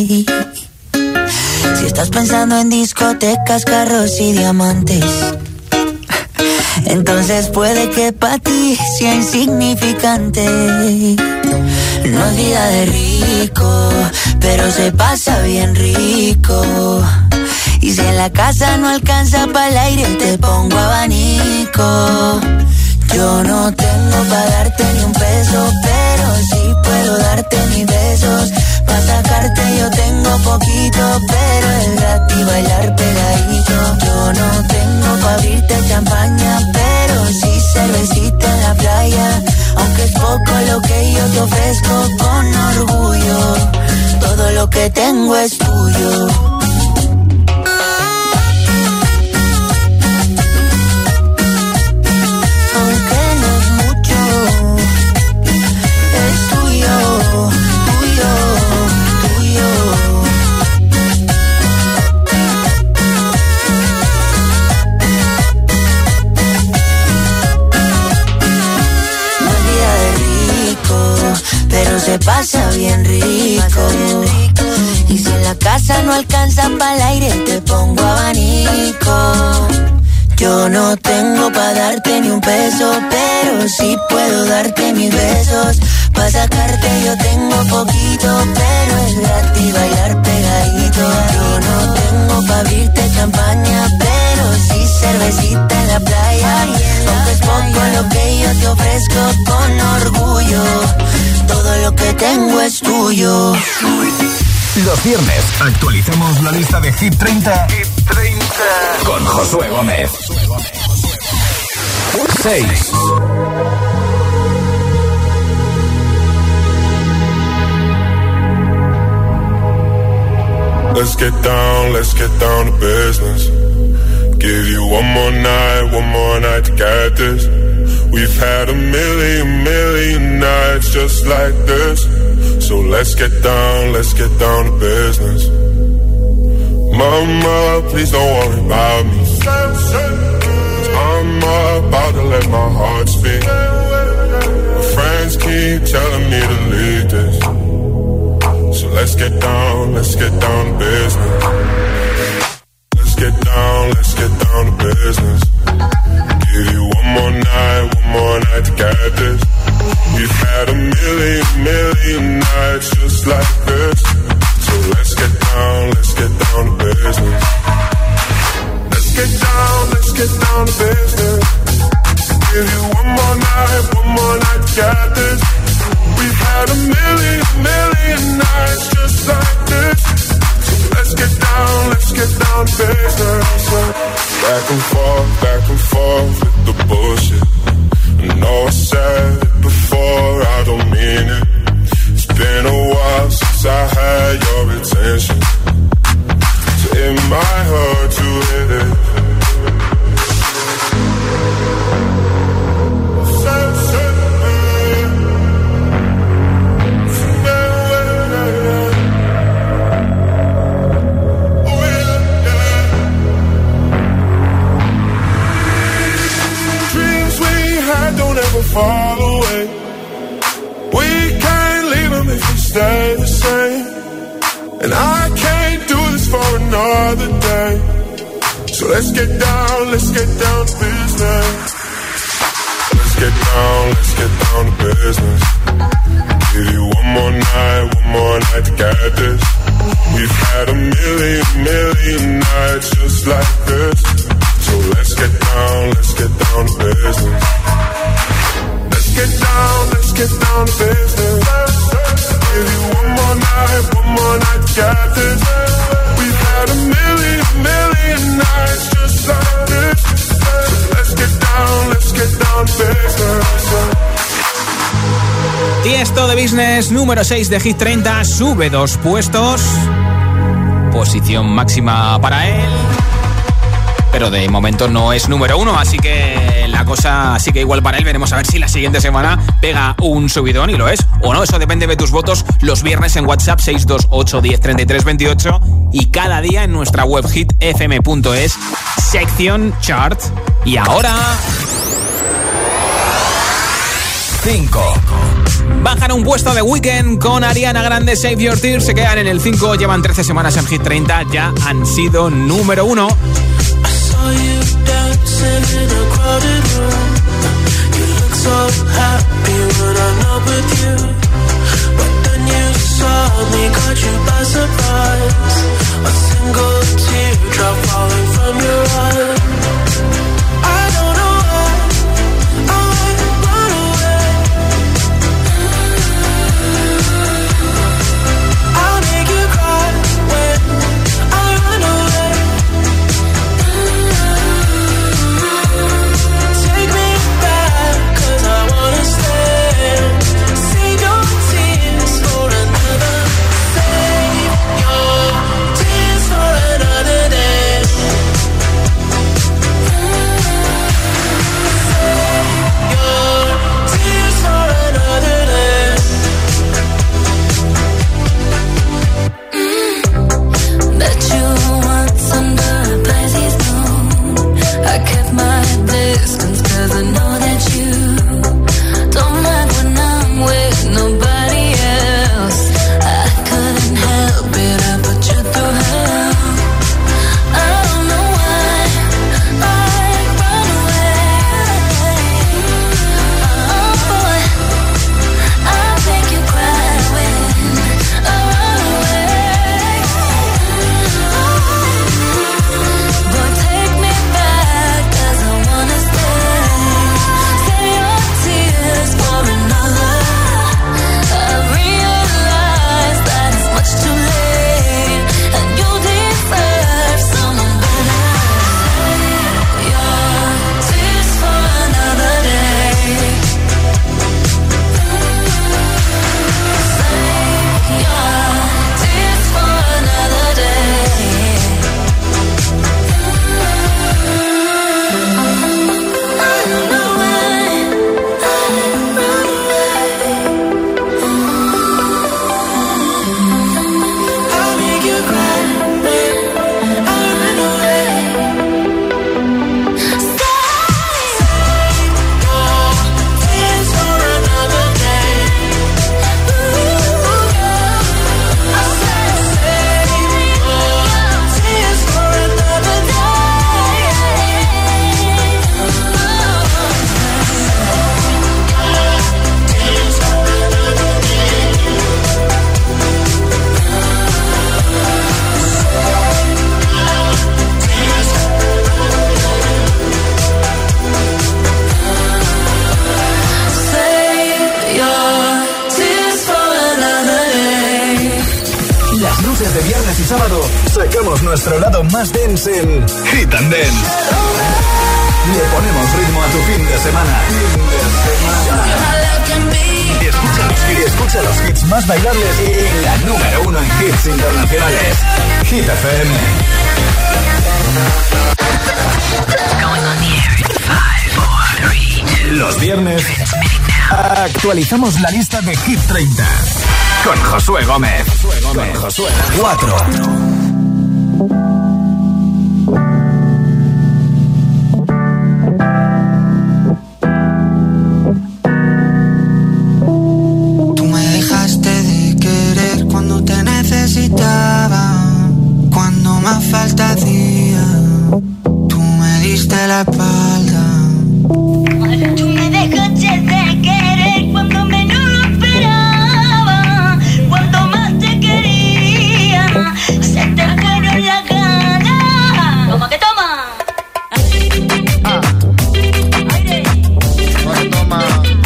Speaker 27: Si estás pensando en discotecas, carros y diamantes, entonces puede que para ti sea insignificante. No es vida de rico, pero se pasa bien rico. Y si en la casa no alcanza para el aire, te pongo abanico. Yo no tengo para darte ni un peso, pero sí puedo darte mis besos. Pa' sacarte yo tengo poquito, pero es gratis bailar pegadito. Yo no tengo pa' abrirte champaña, pero sí cervecita en la playa. Aunque es poco lo que yo te ofrezco con orgullo, todo lo que tengo es tuyo. Se pasa bien rico. Y si en la casa no alcanza para el aire, te pongo abanico. Yo no tengo pa' darte ni un peso, pero sí puedo darte mis besos. Pa' sacarte yo tengo poquito, pero es gratis bailar pegadito. Yo no tengo pa' abrirte champaña, pero sí cervecita en la playa. Aunque es poco lo que yo te ofrezco con orgullo, todo lo que tengo es tuyo.
Speaker 2: Los viernes actualizamos la lista de Hit treinta, Hit treinta con Josué Gómez. seis.
Speaker 9: Let's get down, let's get down to business. Give you one more night, one more night to get this. We've had a million, million nights just like this. So let's get down, let's get down to business. Mama, please don't worry about me. I'm about to let my heart speak. My friends keep telling me to leave this. So let's get down, let's get down to business. Let's get down, let's get down to business. Give you one more night, one more night to get this. We've had a million, million nights just like this. So let's get down, let's get down to business. Let's get down, let's get down to business. Give you one more night, one more night to get this. We've had a million, million nights just like this. So let's get down, let's get down to business. Back and forth, back and forth with the bullshit. I know I said it before, I don't mean it. It's been a while since I had your attention, so it might hurt to hit it. Fall away. We can't leave them if we stay the same. And I can't do this for another day. So let's get down, let's get down to business. Let's get down, let's get down to business. Give you one more night, one more night to get this. We've had a million, million nights just like this. So let's get down, let's get down to business. Let's get down, let's get down to business. Give you one more night, one more night to get this. We've had a million, million nights just like this. So let's get down, let's get down to business.
Speaker 3: Tiesto de Business, número seis de Hit treinta, sube dos puestos. Posición máxima para él. Pero de momento no es número uno, así que la cosa sigue igual para él. Veremos a ver si la siguiente semana pega un subidón, y lo es o no. Eso depende de tus votos los viernes en WhatsApp seis dos ocho uno cero tres tres dos ocho y cada día en nuestra web hit f m punto es, sección chart. Y ahora
Speaker 2: cinco.
Speaker 3: Bajan un puesto de Weekend con Ariana Grande, Save Your Tears. Se quedan en el cinco, llevan trece semanas en Hit treinta, ya han sido número uno.
Speaker 10: Saw you dancing in a crowded room. You look so happy when I'm not with you. But then you saw me, caught you by surprise. A single teardrop falling from your eye. I don't know why I run away. I'll make you cry when I run away. Save your tears for another day.
Speaker 2: Las noches de viernes y sábado sacamos nuestro lado más dense en Hit and Dance. Le ponemos ritmo a tu fin de semana. Y escucha los, y escucha los hits más bailables en la número uno en hits internacionales. Hit F M. Los viernes actualizamos la lista de Hit treinta con Josué Gómez. Con Josué cuatro.
Speaker 11: Tú me dejaste de querer cuando te necesitaba, cuando más falta hacía. Tú me diste la espalda.
Speaker 7: Tú me dejaste de querer cuando menos lo esperaba, cuando más te quería, se te fueron las ganas. ¿Cómo que toma?
Speaker 11: Ah. Aire. ¿Cómo toma?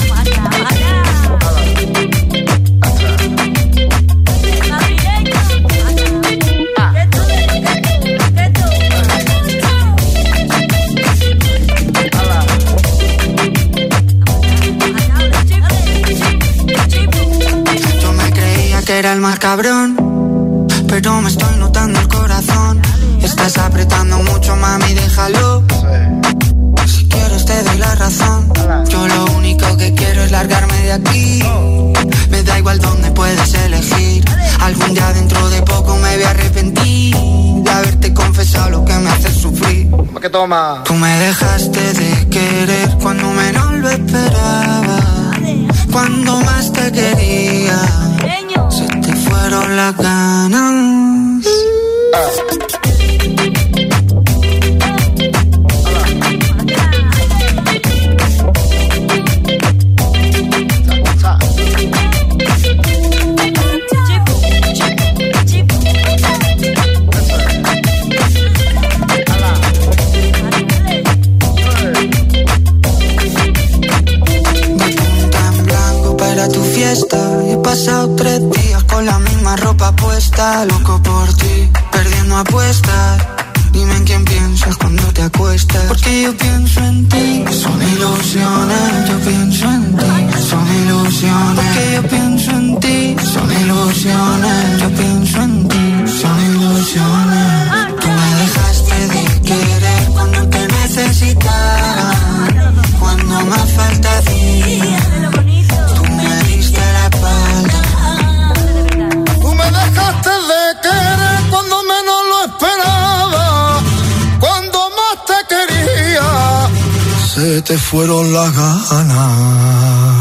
Speaker 11: Era el más cabrón, pero me estoy notando el corazón. Estás apretando mucho, mami, déjalo. Si quieres te doy la razón. Yo lo único que quiero es largarme de aquí. Me da igual dónde puedes elegir. Algún día dentro de poco me voy a arrepentir de haberte confesado lo que me hace sufrir. ¿Qué toma? Tú me dejaste de querer cuando menos lo esperaba, cuando más te quería. Se te fueron las ganas. Tu fiesta, he pasado tres días con la misma ropa puesta, loco por ti, perdiendo apuestas. Dime en quién piensas cuando te acuestas, porque yo pienso en ti. Son ilusiones, yo pienso en ti. Son ilusiones, porque yo pienso en ti. Son ilusiones, yo pienso en ti. Son ilusiones. Tú me dejaste de querer cuando te necesitaba, cuando más falta hacía. Tú me dejaste de querer cuando menos lo esperaba, cuando más te quería, se te fueron las ganas.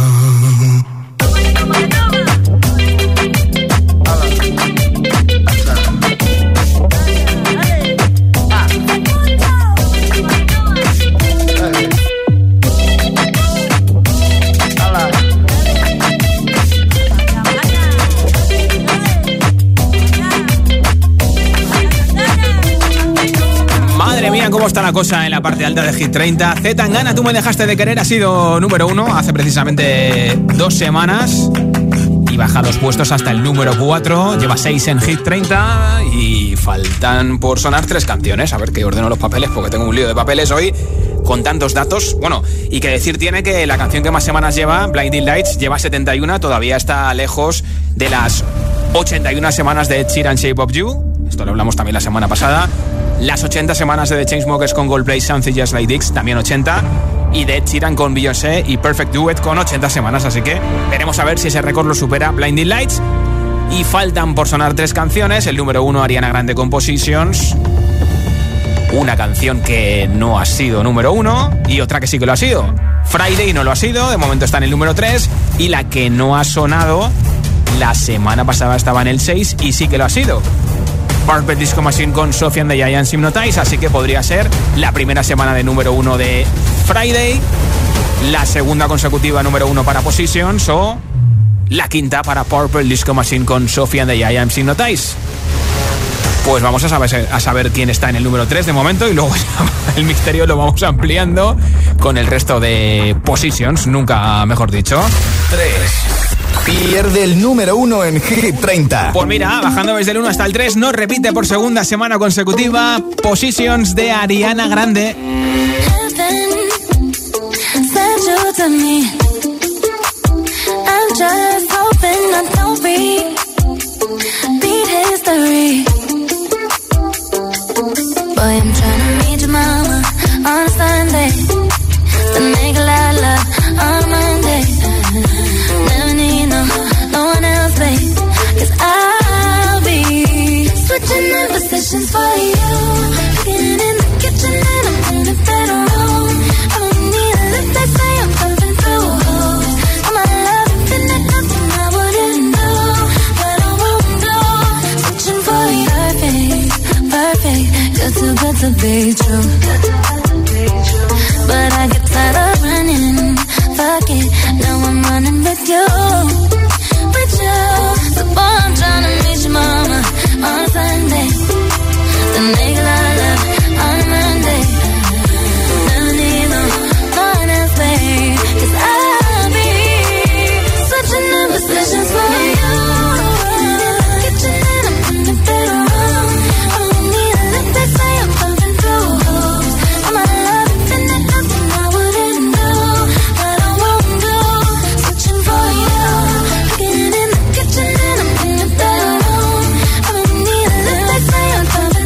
Speaker 3: ¿Cómo está la cosa en la parte alta de Hit treinta? Z Tangana, Tú me dejaste de querer, ha sido número uno hace precisamente dos semanas y baja dos puestos hasta el número cuatro. Lleva seis en Hit treinta y faltan por sonar tres canciones. A ver que ordeno los papeles porque tengo un lío de papeles hoy con tantos datos. Bueno, y que decir tiene que la canción que más semanas lleva, Blinding Lights, lleva setenta y uno, todavía está lejos de las ochenta y una semanas de Ed Sheeran, Shape of You. Esto lo hablamos también la semana pasada. Las ochenta semanas de The Chainsmokers con Coldplay, Something Just Like This, también ochenta. Y de Ed Sheeran con Beyoncé y Perfect Duet con ochenta semanas. Así que veremos a ver si ese récord lo supera Blinding Lights. Y faltan por sonar tres canciones. El número uno, Ariana Grande con Positions. Una canción que no ha sido número uno y otra que sí que lo ha sido. Friday no lo ha sido, de momento está en el número tres. Y la que no ha sonado, la semana pasada estaba en el seis y sí que lo ha sido. Purple Disco Machine con Sophie and the Giants Hypnotize, así que podría ser la primera semana de número uno de Friday, la segunda consecutiva número uno para Positions o la quinta para Purple Disco Machine con Sophie and the Giants Hypnotize. Pues vamos a saber, a saber quién está en el número tres de momento y luego el misterio lo vamos ampliando con el resto de Positions, nunca mejor dicho.
Speaker 2: tres. Pierde el número uno en Hit treinta.
Speaker 3: Pues mira, bajando desde el uno hasta el tres, no repite por segunda semana consecutiva Positions de Ariana Grande.
Speaker 10: Positions for you, getting in the kitchen and I'm in the bedroom. I don't need a lift, they say I'm pumping through holes. I'm my love, infinite, nothing I wouldn't do, but I won't do. Searching for you, perfect, perfect. You're too good to be true, but I get tired of running. Fuck it, now I'm running with you, with you. So boy, I'm tryna meet your mama on Sunday. To make love on Monday. Never need no one else, babe. Cause I'll be switching in positions for you. Kitchen and I'm in the bedroom. I don't need a lift, they say I'm pumping through holes. I'm my love infinite, nothing I wouldn't do, but I won't do. Switching for you, getting in the kitchen and I'm in the bedroom. I don't need a lift, they say I'm pumping.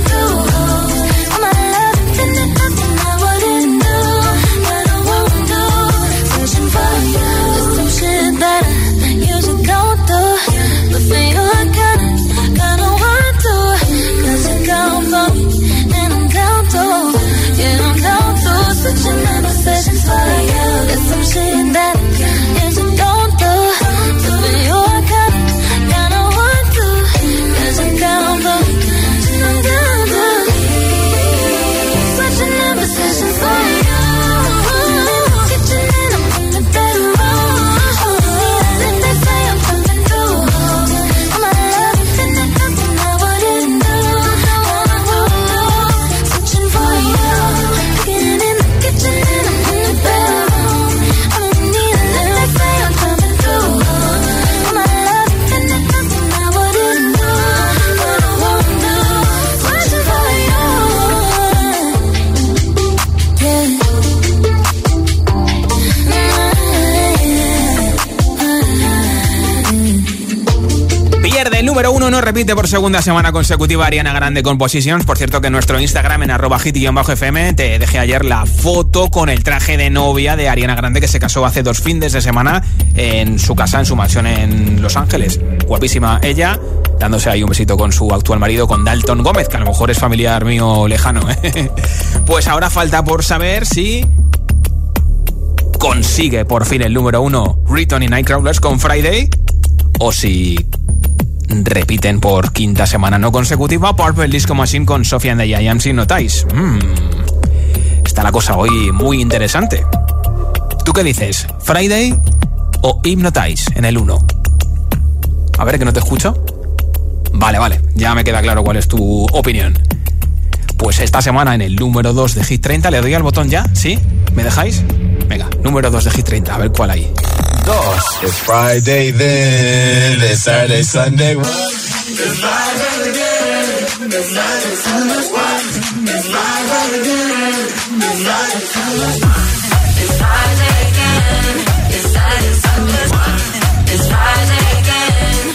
Speaker 3: Número uno no repite por segunda semana consecutiva Ariana Grande con Positions. Por cierto que en nuestro Instagram en arroba hit-fm te dejé ayer la foto con el traje de novia de Ariana Grande, que se casó hace dos fines de semana en su casa, en su mansión en Los Ángeles. Guapísima ella, dándose ahí un besito con su actual marido, con Dalton Gómez, que a lo mejor es familiar mío lejano. Pues ahora falta por saber si consigue por fin el número uno Riton y Nightcrawlers con Friday, o si repiten por quinta semana no consecutiva Purple Disco Machine con Sophie and the Giants Hypnotize. Mm. Está la cosa hoy muy interesante. ¿Tú qué dices? ¿Friday o Hypnotize en el uno? A ver, que no te escucho. Vale, vale, ya me queda claro cuál es tu opinión. Pues esta semana en el número dos de Hit treinta, ¿le doy al botón ya? ¿Sí? ¿Me dejáis? Venga, número dos de Hit treinta, a ver cuál hay. Dos.
Speaker 12: It's Friday then, it's Saturday, Sunday. It's Friday again, it's Saturday, Sunday. It's Friday again, it's Saturday, Sunday. It's Friday again, it's Saturday, Sunday. It's Friday again.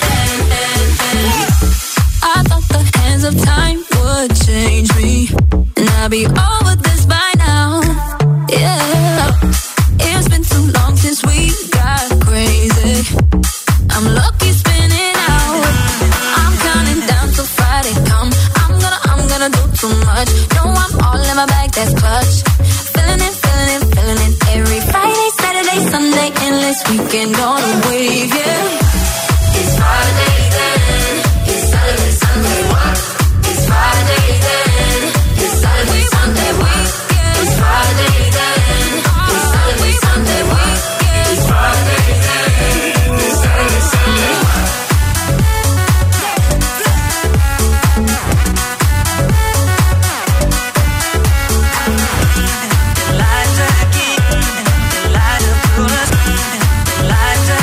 Speaker 10: I thought the hands of time would change me, and I'll be over this by now. Yeah, it's been too long since we got crazy. I'm lucky spinning out. I'm counting down till Friday come. I'm gonna, I'm gonna do too much. No, I'm all in my bag, that's clutch. Feeling it, feeling it, feeling it. Every Friday, Saturday, Sunday, endless weekend on a wave, yeah. It's Friday then, it's Saturday, Sunday, what? It's Friday then, it's Saturday, Sunday, what? It's Friday then, it's Saturday, Sunday, what? It's Friday then, it's Saturday, Sunday, what? Lights again, lights up, lights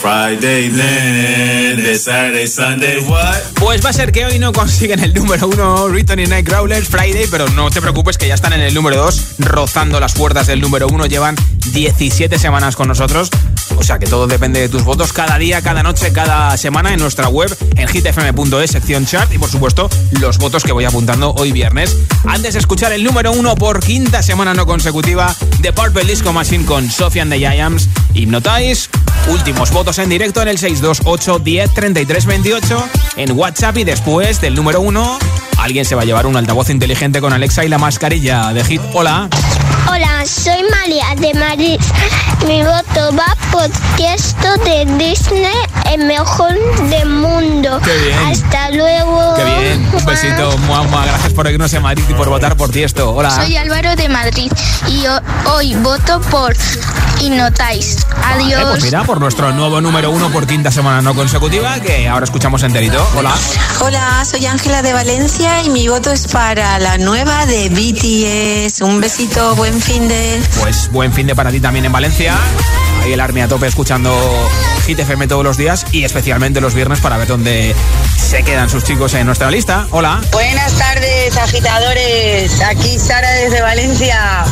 Speaker 12: Friday, then the Saturday, Sunday, what?
Speaker 3: Pues va a ser que hoy no consiguen el número uno Return y Nightcrawlers Friday, pero no te preocupes que ya están en el número dos, rozando las puertas del número uno. Llevan diecisiete semanas con nosotros, o sea que todo depende de tus votos cada día, cada noche, cada semana en nuestra web, en hit f m punto es, sección chart, y por supuesto los votos que voy apuntando hoy viernes. Antes de escuchar el número uno por quinta semana no consecutiva de Purple Disco Machine con Sophie and the Giants, Hypnotize. Últimos votos en directo en el seis dos ocho diez treinta y tres veintiocho en WhatsApp, y después del número uno alguien se va a llevar un altavoz inteligente con Alexa y la mascarilla de Hit. Hola.
Speaker 6: Hola, soy María de Madrid. Mi voto va por Tiesto de Disney, el mejor del mundo.
Speaker 3: Qué bien.
Speaker 6: Hasta luego.
Speaker 3: Qué bien. Un besito. Mua, mua. Gracias por irnos a Madrid y por votar por Tiesto. Hola.
Speaker 5: Soy Álvaro de Madrid y ho- hoy voto por Hypnotize. Adiós.
Speaker 3: Vale, pues mira, por nuestro nuevo número uno por quinta semana no consecutiva, que ahora escuchamos enterito. Hola.
Speaker 13: Hola, soy Ángela de Valencia y mi voto es para la nueva de B T S. Un besito, buen fin de...
Speaker 3: Pues buen fin de para ti también en Valencia. Ahí el Army a tope escuchando Hit F M todos los días y especialmente los viernes para ver dónde se quedan sus chicos en nuestra lista. Hola.
Speaker 14: Buenas tardes, agitadores. Aquí Sara desde Valencia.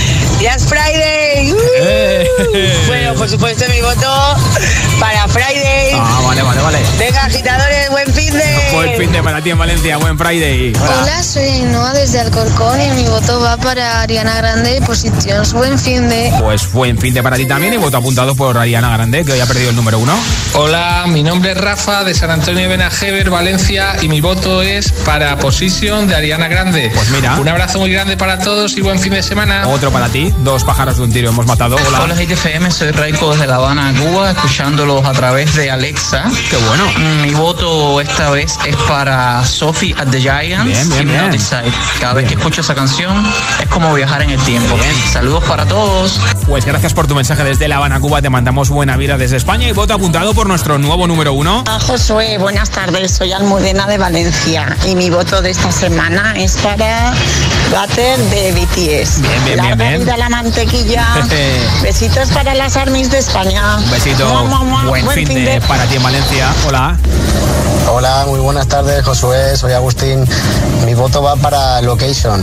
Speaker 14: Ya es Friday. ¡Uh!
Speaker 3: Eh.
Speaker 14: Bueno, por supuesto mi voto para Friday.
Speaker 3: Ah, vale, vale, vale.
Speaker 14: Venga, agitadores, buen fin de...
Speaker 3: Buen fin de para ti en Valencia, buen Friday. Hola.
Speaker 15: Hola, soy Ainhoa desde Alcorcón y mi voto va para Ariana Grande y Positions. Buen fin de...
Speaker 3: Pues buen fin de para ti también y voto apuntado por Ariana Grande, que hoy ha perdido el número uno.
Speaker 17: Hola, mi nombre es Rafa de San Antonio de Benajever, Valencia, y mi voto es para Position de Ariana Grande.
Speaker 3: Pues mira.
Speaker 17: Un abrazo muy grande para todos y buen fin de semana.
Speaker 3: Otro para ti, dos pájaros de un tiro hemos matado. Hola.
Speaker 18: Hola, Hit F M, soy Raiko desde La Habana, Cuba, escuchándolos a través de Alexa.
Speaker 3: Qué bueno.
Speaker 18: Mi voto esta vez es para Sophie and the Giants.
Speaker 3: Bien, bien, bien.
Speaker 18: Hypnotize. Cada vez que escucho esa canción es como viajar en el tiempo.
Speaker 3: Bien.
Speaker 18: Saludos para todos.
Speaker 3: Pues gracias por tu mensaje desde La Habana, Cuba. Te mandamos buena vida desde España y voto apuntado por nuestro nuevo número uno.
Speaker 19: Hola, Josué, buenas tardes. Soy Almudena de Valencia y mi voto de esta semana es para Butter de B T S.
Speaker 3: Bien, bien,
Speaker 19: Larga
Speaker 3: bien, bien.
Speaker 19: vida la mantequilla. Besitos para las armies de España.
Speaker 3: Un besito.
Speaker 19: Mua, mua, mua.
Speaker 3: Buen,
Speaker 19: Buen
Speaker 3: fin,
Speaker 19: fin
Speaker 3: de,
Speaker 19: de...
Speaker 3: para ti en Valencia. Hola.
Speaker 20: Hola, muy buenas tardes, Josué, soy Agustín. Mi voto va para Location,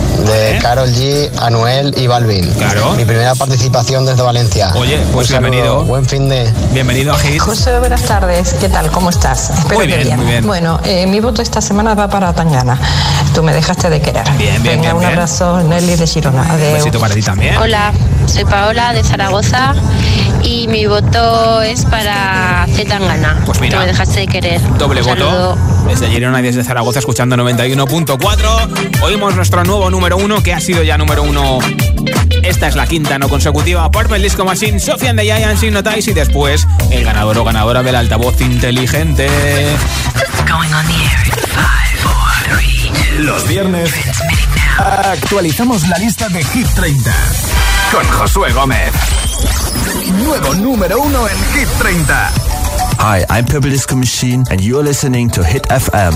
Speaker 20: de Karol G, Anuel y Balvin.
Speaker 3: Claro.
Speaker 20: Mi primera participación desde Valencia.
Speaker 3: Oye, pues
Speaker 20: Un saludo,
Speaker 3: bienvenido.
Speaker 20: Buen fin de...
Speaker 3: Bienvenido a Hit.
Speaker 28: José, buenas tardes. ¿Qué tal? ¿Cómo estás? Espero
Speaker 3: Muy
Speaker 28: que
Speaker 3: bien, muy bien.
Speaker 28: Bueno, eh, mi voto esta semana va para Tangana. Tú me dejaste de querer.
Speaker 3: Bien, bien,
Speaker 28: Venga,
Speaker 3: bien,
Speaker 28: un
Speaker 3: bien.
Speaker 28: abrazo, Nelly de Girona.
Speaker 3: Un
Speaker 28: Adeu.
Speaker 3: besito para ti también.
Speaker 5: Hola, soy Paola de Zaragoza y mi voto es para Z Tangana.
Speaker 3: Pues mira.
Speaker 5: Que me dejaste de querer.
Speaker 3: Doble
Speaker 5: Un
Speaker 3: voto.
Speaker 5: saludo.
Speaker 3: Desde Girona y desde Zaragoza escuchando noventa y uno punto cuatro. Oímos nuestro nuevo número uno, que ha sido ya número uno. Esta es la quinta no consecutiva. Purple Disco Machine, Sophie and the Giants, Hypnotize, y después el ganador o ganadora del altavoz inteligente.
Speaker 1: Going on the air in five, four, three, two.
Speaker 2: Los viernes actualizamos la lista de Hit treinta con Josué Gómez. Nuevo número uno en Hit treinta.
Speaker 29: Hi, I'm Purple Disco Machine and you're listening to Hit F M.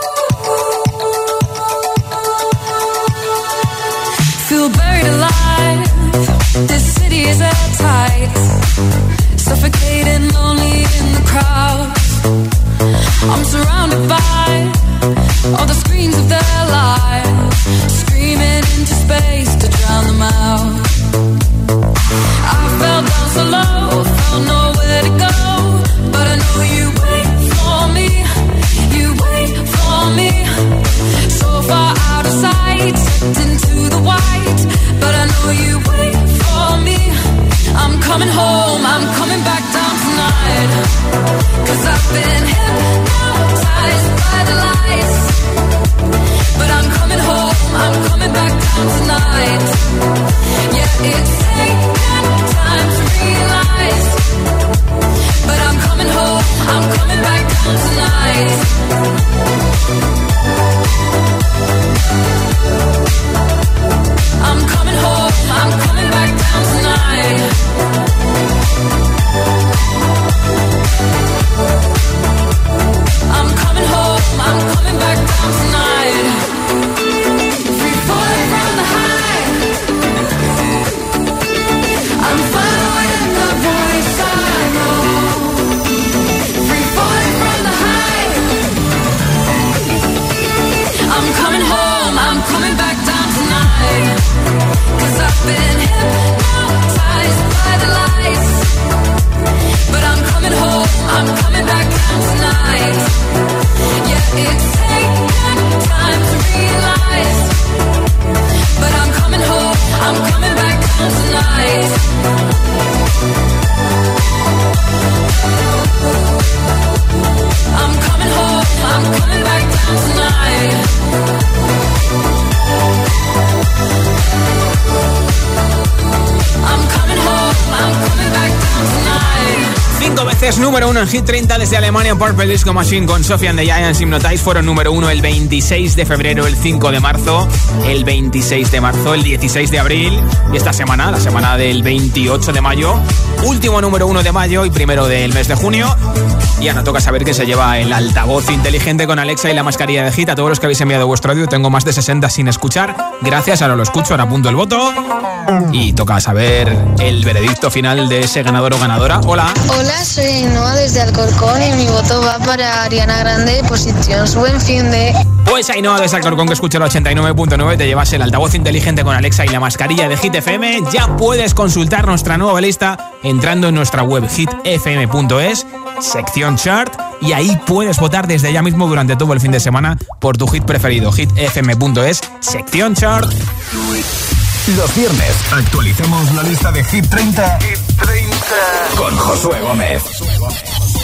Speaker 10: Feel buried alive. This city is at tight. Suffocating, lonely in the crowd. I'm surrounded by all the screams of their lives, screaming into space to drown them out. I fell down so low, found nowhere to go, but I know you wait for me, you wait for me. So far out of sight, sucked into the white, but I know you wait for me. I'm coming home, I'm coming back down tonight, 'cause I've been hypnotized by the lights, but I'm coming home, I'm coming back down tonight. Yeah, it's taken time to realize, but I'm coming home, I'm coming back down tonight. I'm coming home, I'm coming back down tonight. I'm coming home, I'm coming back down tonight. Free falling from the high,
Speaker 3: veces número uno en Hit treinta desde Alemania. Purple Disco Machine con Sophie and the Giants Hypnotize fueron número uno el veintiséis de febrero, el cinco de marzo, el veintiséis de marzo, el dieciséis de abril y esta semana, la semana del veintiocho de mayo, último número uno de mayo y primero del mes de junio. Y ahora toca saber que se lleva el altavoz inteligente con Alexa y la mascarilla de Hit. A todos los que habéis enviado vuestro audio, tengo más de sesenta sin escuchar. Gracias, ahora lo escucho, ahora apunto el voto. Y toca saber el veredicto final de ese ganador o ganadora. Hola.
Speaker 15: Hola, soy Ainhoa desde Alcorcón y mi voto va para Ariana Grande, Positions. Buen fin de...
Speaker 3: Pues Ainhoa desde Alcorcón, que escucha el ochenta y nueve punto nueve, te llevas el altavoz inteligente con Alexa y la mascarilla de Hit F M. Ya puedes consultar nuestra nueva lista entrando en nuestra web hit f m punto es, sección chart, y ahí puedes votar desde ya mismo durante todo el fin de semana por tu hit preferido. hit f m punto es, sección chart.
Speaker 2: Los viernes actualicemos la lista de Hit treinta, Hit treinta con Josué Gómez.